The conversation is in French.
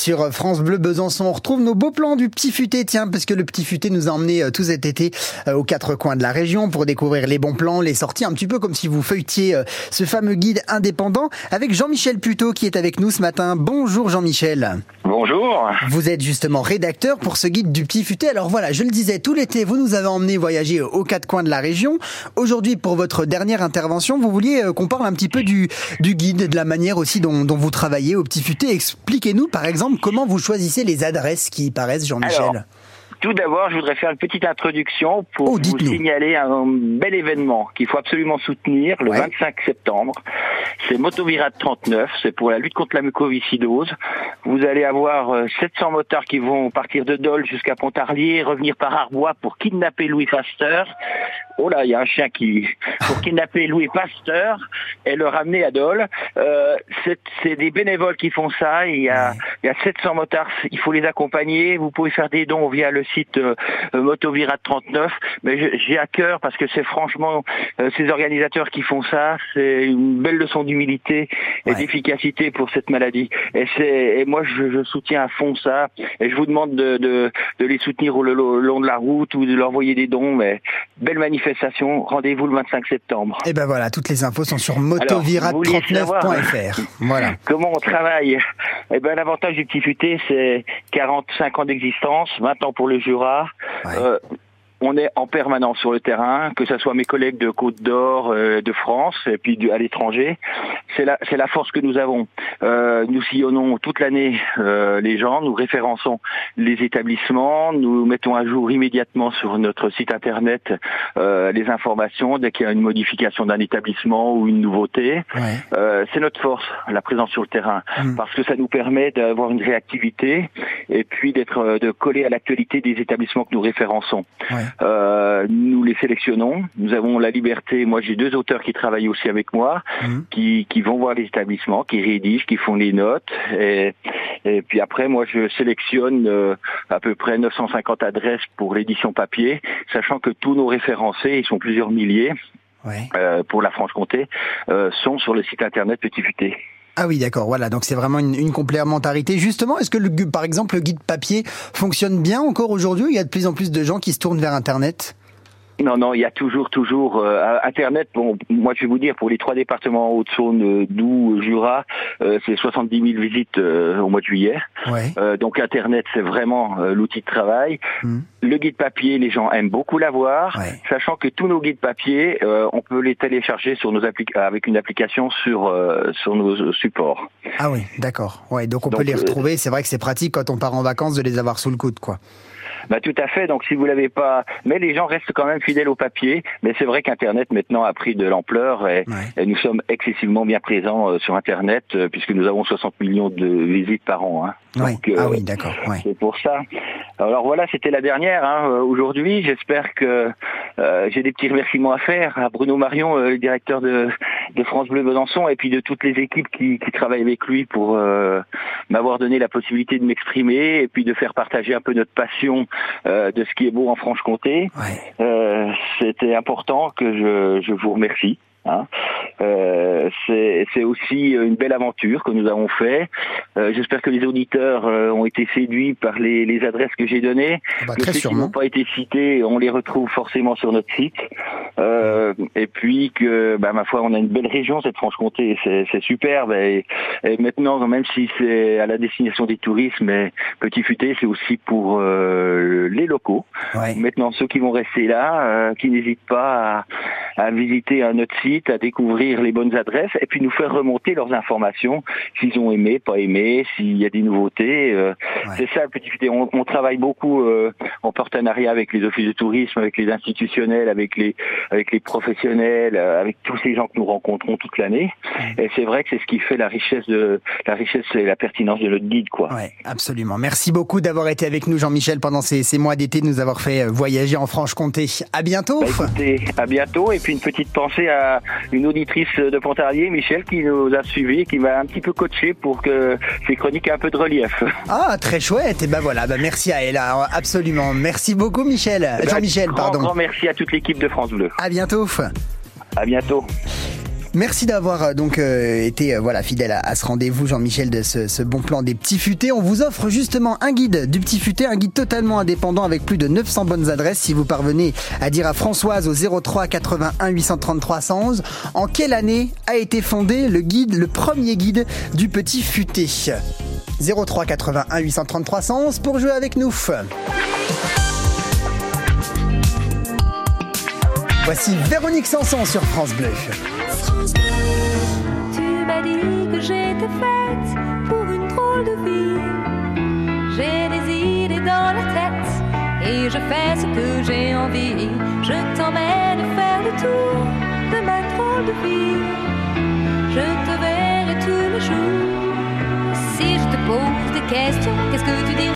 sur France Bleu Besançon. On retrouve nos beaux plans du Petit Futé, tiens, parce que le Petit Futé nous a emmenés tout cet été aux quatre coins de la région pour découvrir les bons plans, les sorties, un petit peu comme si vous feuilletiez ce fameux guide indépendant avec Jean-Michel Puteaux qui est avec nous ce matin. Bonjour Jean-Michel. Bonjour. Vous êtes justement rédacteur pour ce guide du Petit Futé. Alors voilà, je le disais, tout l'été, vous nous avez emmenés voyager aux quatre coins de la région. Aujourd'hui, pour votre dernière intervention, vous vouliez qu'on parle un petit peu du guide et de la manière aussi dont vous travaillez au Petit Futé. Expliquez-nous, par exemple, comment vous choisissez les adresses qui y paraissent, Jean-Michel. Alors, tout d'abord, je voudrais faire une petite introduction pour vous signaler un bel événement qu'il faut absolument soutenir le 25 septembre. C'est Motovirade 39, c'est pour la lutte contre la mucoviscidose. Vous allez avoir 700 motards qui vont partir de Dole jusqu'à Pontarlier, revenir par Arbois pour kidnapper Louis Pasteur. Oh là, il y a un chien pour kidnapper Louis Pasteur et le ramener à Dole. C'est des bénévoles qui font ça. Il y a 700 motards. Il faut les accompagner. Vous pouvez faire des dons via le site Motovirade 39. Mais j'ai à cœur parce que c'est franchement ces organisateurs qui font ça. C'est une belle leçon d'humilité et d'efficacité pour cette maladie. Et moi, je soutiens à fond ça. Et je vous demande de les soutenir au long de la route ou de leur envoyer des dons. Mais belle manifestation. Rendez-vous le 25 septembre. Et ben voilà, toutes les infos sont sur motovirade39.fr. Voilà. Comment on travaille? Eh ben l'avantage du Petit Futé, c'est 45 ans d'existence, 20 ans pour le Jura. On est en permanence sur le terrain, que ce soit mes collègues de Côte d'Or, de France, et puis à l'étranger. C'est la force que nous avons. Nous sillonnons toute l'année les gens, nous référençons les établissements, nous mettons à jour immédiatement sur notre site internet les informations dès qu'il y a une modification d'un établissement ou une nouveauté. C'est notre force, la présence sur le terrain, parce que ça nous permet d'avoir une réactivité et puis de coller à l'actualité des établissements que nous référençons. Nous les sélectionnons. Nous avons la liberté. Moi, j'ai 2 auteurs qui travaillent aussi avec moi, qui vont voir les établissements, qui rédigent, qui font les notes. Et puis après, moi, je sélectionne à peu près 950 adresses pour l'édition papier, sachant que tous nos référencés, ils sont plusieurs milliers pour la Franche-Comté, sont sur le site internet Petit Futé. Ah oui, d'accord, voilà, donc c'est vraiment une complémentarité. Justement, est-ce que, par exemple, le guide papier fonctionne bien encore aujourd'hui? Il y a de plus en plus de gens qui se tournent vers Internet? Non, il y a toujours Internet. Bon, moi je vais vous dire, pour les 3 départements Haute-Saône, Doubs, Jura, c'est 70 000 visites au mois de juillet. Donc Internet, c'est vraiment l'outil de travail. Le guide papier, les gens aiment beaucoup l'avoir, sachant que tous nos guides papier, on peut les télécharger sur avec une application sur nos supports. Ah oui, d'accord. Donc on peut les retrouver. C'est vrai que c'est pratique quand on part en vacances de les avoir sous le coude, quoi. Tout à fait. Donc si vous l'avez pas, mais les gens restent quand même fidèles au papier. Mais c'est vrai qu'Internet maintenant a pris de l'ampleur et nous sommes excessivement bien présents sur Internet puisque nous avons 60 millions de visites par an. Donc, oui, d'accord. C'est pour ça. Alors voilà, c'était la dernière. Aujourd'hui, j'espère que j'ai des petits remerciements à faire à Bruno Marion, le directeur de France Bleu Besançon, et puis de toutes les équipes qui travaillent avec lui pour m'avoir donné la possibilité de m'exprimer et puis de faire partager un peu notre passion de ce qui est beau en Franche-Comté. C'était important que je vous remercie. C'est aussi une belle aventure que nous avons fait. J'espère que les auditeurs ont été séduits par les adresses que j'ai données. Très ceux sûrement. qui n'ont pas été cités, on les retrouve forcément sur notre site. Et puis que, ma foi, on a une belle région, cette Franche-Comté, c'est superbe. Et maintenant, même si c'est à la destination des touristes, mais Petit Futé, c'est aussi pour les locaux. Maintenant, ceux qui vont rester là, qui n'hésitent pas à visiter notre site, à découvrir les bonnes adresses et puis nous faire remonter leurs informations, s'ils ont aimé, pas aimé, s'il y a des nouveautés. C'est ça le Petit Futé. On travaille beaucoup en partenariat avec les offices de tourisme, avec les institutionnels, avec les professionnels, avec tous ces gens que nous rencontrons toute l'année. Et c'est vrai que c'est ce qui fait la richesse et la pertinence de notre guide, quoi. Absolument. Merci beaucoup d'avoir été avec nous, Jean-Michel, pendant ces mois d'été, de nous avoir fait voyager en Franche-Comté. À bientôt. Écoutez, à bientôt. Et puis une petite pensée à une auditrice de Pontarlier, Michel, qui nous a suivis et qui m'a un petit peu coaché pour que ces chroniques aient un peu de relief. Ah, très chouette. Et voilà, merci à elle, absolument. Merci beaucoup, Michel. Jean-Michel, pardon. Grand merci à toute l'équipe de France Bleu. À bientôt. À bientôt. Merci d'avoir donc été fidèle à ce rendez-vous, Jean-Michel, de ce bon plan des petits futés. On vous offre justement un guide du petit futé, un guide totalement indépendant avec plus de 900 bonnes adresses. Si vous parvenez à dire à Françoise au 03 81 830 311 en quelle année a été fondé le premier guide du petit futé. 03 81 830 311 pour jouer avec nous. Voici Véronique Sanson sur France Bleu. Tu m'as dit que j'étais faite pour une drôle de vie. J'ai des idées dans la tête et je fais ce que j'ai envie. Je t'emmène faire le tour de ma drôle de vie. Je te verrai tous les jours. Si je te pose des questions, qu'est-ce que tu dis?